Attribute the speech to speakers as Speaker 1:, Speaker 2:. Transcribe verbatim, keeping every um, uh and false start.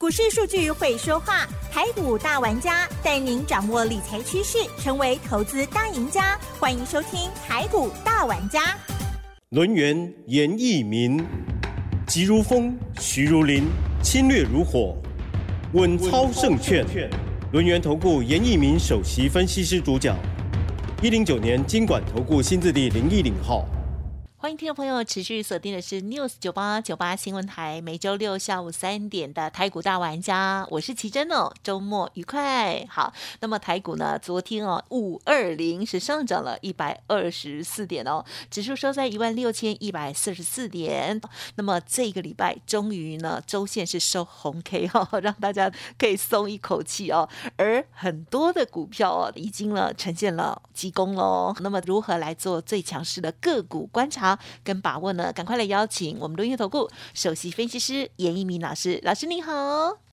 Speaker 1: 股市数据会说话，台股大玩家带您掌握理财趋势，成为投资大赢家。欢迎收听台股大玩家。
Speaker 2: 轮源严义民，急如风，徐如林，侵略如火，稳操胜券。轮源投顾严义民首席分析师主讲，一零九年金管投顾新字第零一零号。
Speaker 3: 欢迎听众朋友持续锁定的是 News 九八九八新闻台，每周六下午三点的台股大玩家，我是奇珍哦，周末愉快。好，那么台股呢，昨天哦五二零是上涨了一百二十四点哦，指数收在一万六千一百四十四点。那么这个礼拜终于呢，周线是收红 K 哦，让大家可以松一口气哦。而很多的股票哦，已经呢呈现了急攻喽。那么如何来做最强势的个股观察跟把握呢？赶快来邀请我们轮源投顾首席分析师严一鸣老师，老师你好。